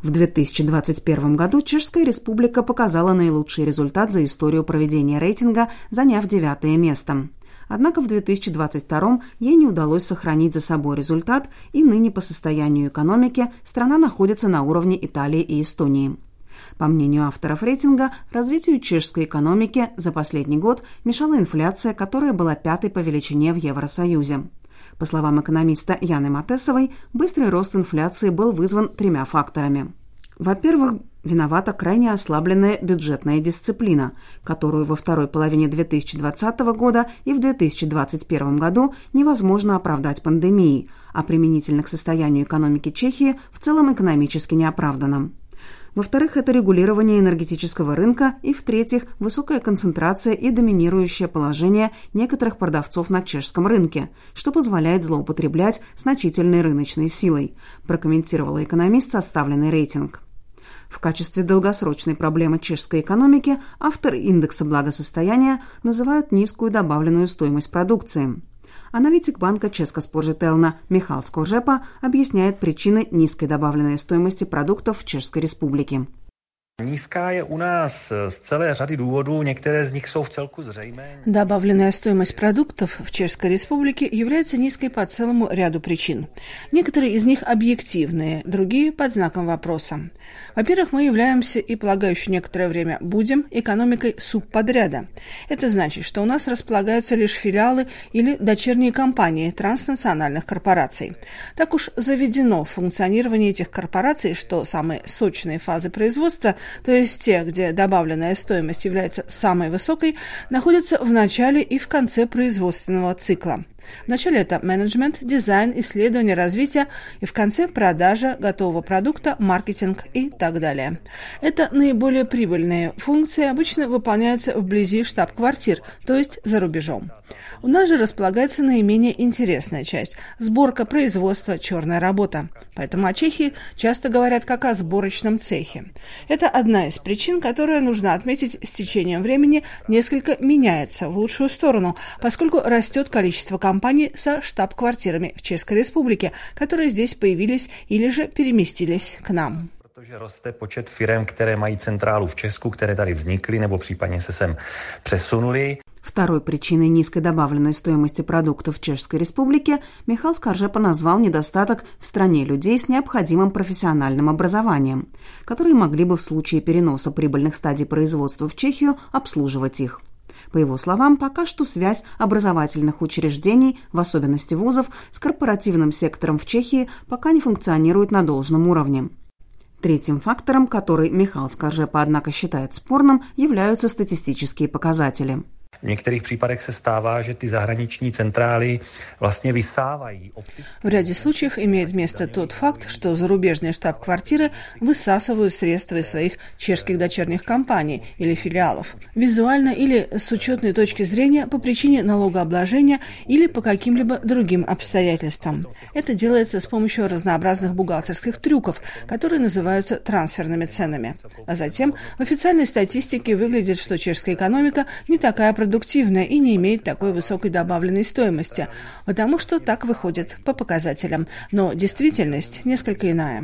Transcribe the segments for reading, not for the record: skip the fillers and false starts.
В 2021 году Чешская Республика показала наилучший результат за историю проведения рейтинга, заняв 9-е место. Однако в 2022 ей не удалось сохранить за собой результат, и ныне по состоянию экономики страна находится на уровне Италии и Эстонии. По мнению авторов рейтинга, развитию чешской экономики за последний год мешала инфляция, которая была 5-й по величине в Евросоюзе. По словам экономиста Яны Матесовой, быстрый рост инфляции был вызван 3 факторами. Во-первых, виновата крайне ослабленная бюджетная дисциплина, которую во второй половине 2020 года и в 2021 году невозможно оправдать пандемией, а применительно к состоянию экономики Чехии в целом экономически неоправданно. Во-вторых, это регулирование энергетического рынка, и, в-третьих, высокая концентрация и доминирующее положение некоторых продавцов на чешском рынке, что позволяет злоупотреблять значительной рыночной силой, прокомментировала экономист составленный рейтинг. В качестве долгосрочной проблемы чешской экономики авторы индекса благосостояния называют низкую добавленную стоимость продукции. Аналитик банка Česká spořitelna Michal Skořepa объясняет причины низкой добавленной стоимости продуктов в Чешской Республике. Nízká je u nás z celé řady důvodů, některé z nich jsou vcelku zřejmé. Добавленная стоимость продуктов в Чешской Республике является низкой по целому ряду причин. Некоторые из них объективные, другие под знаком вопроса. Во-первых, мы являемся и, полагаю, еще некоторое время будем экономикой субподряда. Это значит, что у нас располагаются лишь филиалы или дочерние компании транснациональных корпораций. Так уж заведено функционирование этих корпораций, что самые сочные фазы производства, то есть те, где добавленная стоимость является самой высокой, находятся в начале и в конце производственного цикла. В начале это менеджмент, дизайн, исследование, развитие, и в конце продажа готового продукта, маркетинг и так далее. Это наиболее прибыльные функции обычно выполняются вблизи штаб-квартир, то есть за рубежом. У нас же располагается наименее интересная часть – сборка, производство, черная работа. Поэтому о Чехии часто говорят как о сборочном цехе. Это одна из причин, которая, нужно отметить, с течением времени несколько меняется в лучшую сторону, поскольку растет количество компаний со штаб-квартирами в Чешской Республике, которые здесь появились или же переместились к нам. Protože roste počet firem, které mají centrálu v Česku, které tady vznikly nebo případně se sem přesunuly. Второй причиной низкой добавленной стоимости продуктов в Чешской Республике Михал Скоржепа назвал недостаток в стране людей с необходимым профессиональным образованием, которые могли бы в случае переноса прибыльных стадий производства в Чехию обслуживать их. По его словам, пока что связь образовательных учреждений, в особенности вузов, с корпоративным сектором в Чехии пока не функционирует на должном уровне. Третьим фактором, который Михал Скоржепа, однако, считает спорным, являются статистические показатели. V některých případech se stává, že ty zahraniční centrály vlastně vysávají opticky. В ряде случаев имеет место тот факт, что зарубежные штаб-квартиры высасывают средства из своих чешских дочерних компаний или филиалов. Визуально или с учетной точки зрения по причине налогообложения или по каким-либо другим обстоятельствам. Это делается с помощью разнообразных бухгалтерских трюков, которые называются трансферными ценами. А затем в официальной статистике выглядит, что чешская экономика не такая продуктивная и не имеет такой высокой добавленной стоимости, потому что так выходит по показателям. Но действительность несколько иная.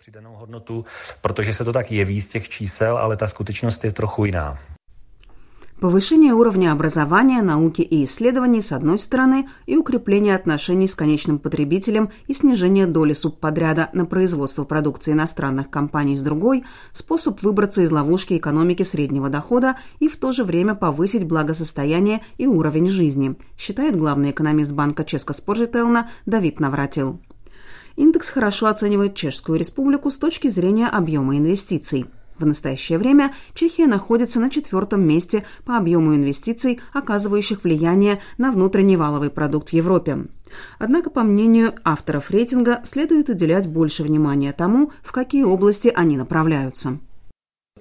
Protože se to tak jeví z těch čísel, ale ta skutečnost je trochu jiná. Повышение уровня образования, науки и исследований с одной стороны и укрепление отношений с конечным потребителем и снижение доли субподряда на производство продукции иностранных компаний с другой – способ выбраться из ловушки экономики среднего дохода и в то же время повысить благосостояние и уровень жизни, считает главный экономист банка Česká spořitelna David Navratil. Индекс хорошо оценивает Чешскую Республику с точки зрения объема инвестиций. В настоящее время Чехия находится на 4-м месте по объему инвестиций, оказывающих влияние на внутренний валовый продукт в Европе. Однако, по мнению авторов рейтинга, следует уделять больше внимания тому, в какие области они направляются.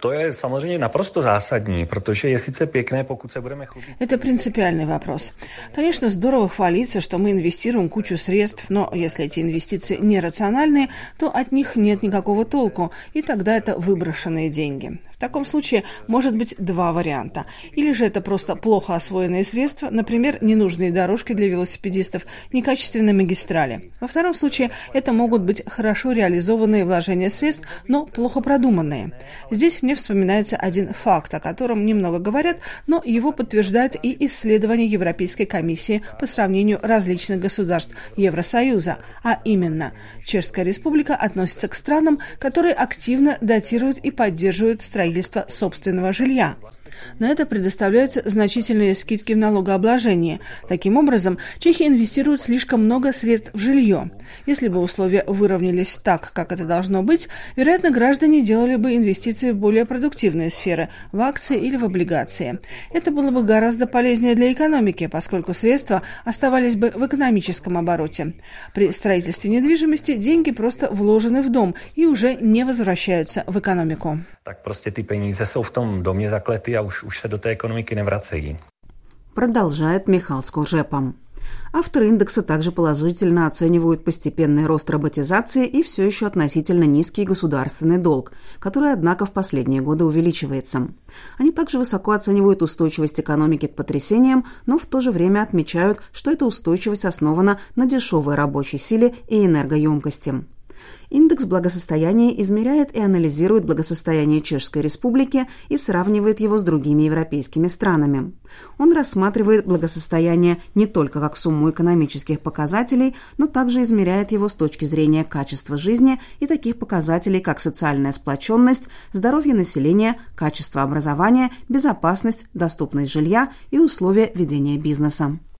To je samozřejmě naprosto zásadní, protože je sice pěkné, pokud se budeme chlubit. Это принципиальный вопрос. Конечно, здорово хвалиться, что мы инвестируем кучу средств, но если эти инвестиции нерациональные, то от них нет никакого толку, и тогда это выброшенные деньги. В таком случае может быть два варианта. Или же это просто плохо освоенные средства, например, ненужные дорожки для велосипедистов, некачественные магистрали. Во втором случае это могут быть хорошо реализованные вложения средств, но плохо продуманные. Здесь мне вспоминается один факт, о котором немного говорят, но его подтверждают и исследования Европейской комиссии по сравнению различных государств Евросоюза. А именно, Чешская Республика относится к странам, которые активно датируют и поддерживают строительство собственного жилья. На это предоставляются значительные скидки в налогообложении. Таким образом, чехи инвестируют слишком много средств в жилье. Если бы условия выровнялись так, как это должно быть, вероятно, граждане делали бы инвестиции в более продуктивные сферы, в акции или в облигации. Это было бы гораздо полезнее для экономики, поскольку средства оставались бы в экономическом обороте. При строительстве недвижимости деньги просто вложены в дом и уже не возвращаются в экономику. Tak prostě ty peníze jsou v tom domě zaklety a už se do té ekonomiky nevracejí. Продолжает Михал Скоржепа. Авторы индекса также положительно оценивают постепенный рост роботизации и все еще относительно низкий государственный долг, который, однако, в последние годы увеличивается. Они также высоко оценивают устойчивость экономики к потрясениям, но в то же время отмечают, что эта устойчивость основана на дешевой рабочей силе и энергоемкости. Индекс благосостояния измеряет и анализирует благосостояние Чешской Республики и сравнивает его с другими европейскими странами. Он рассматривает благосостояние не только как сумму экономических показателей, но также измеряет его с точки зрения качества жизни и таких показателей, как социальная сплоченность, здоровье населения, качество образования, безопасность, доступность жилья и условия ведения бизнеса.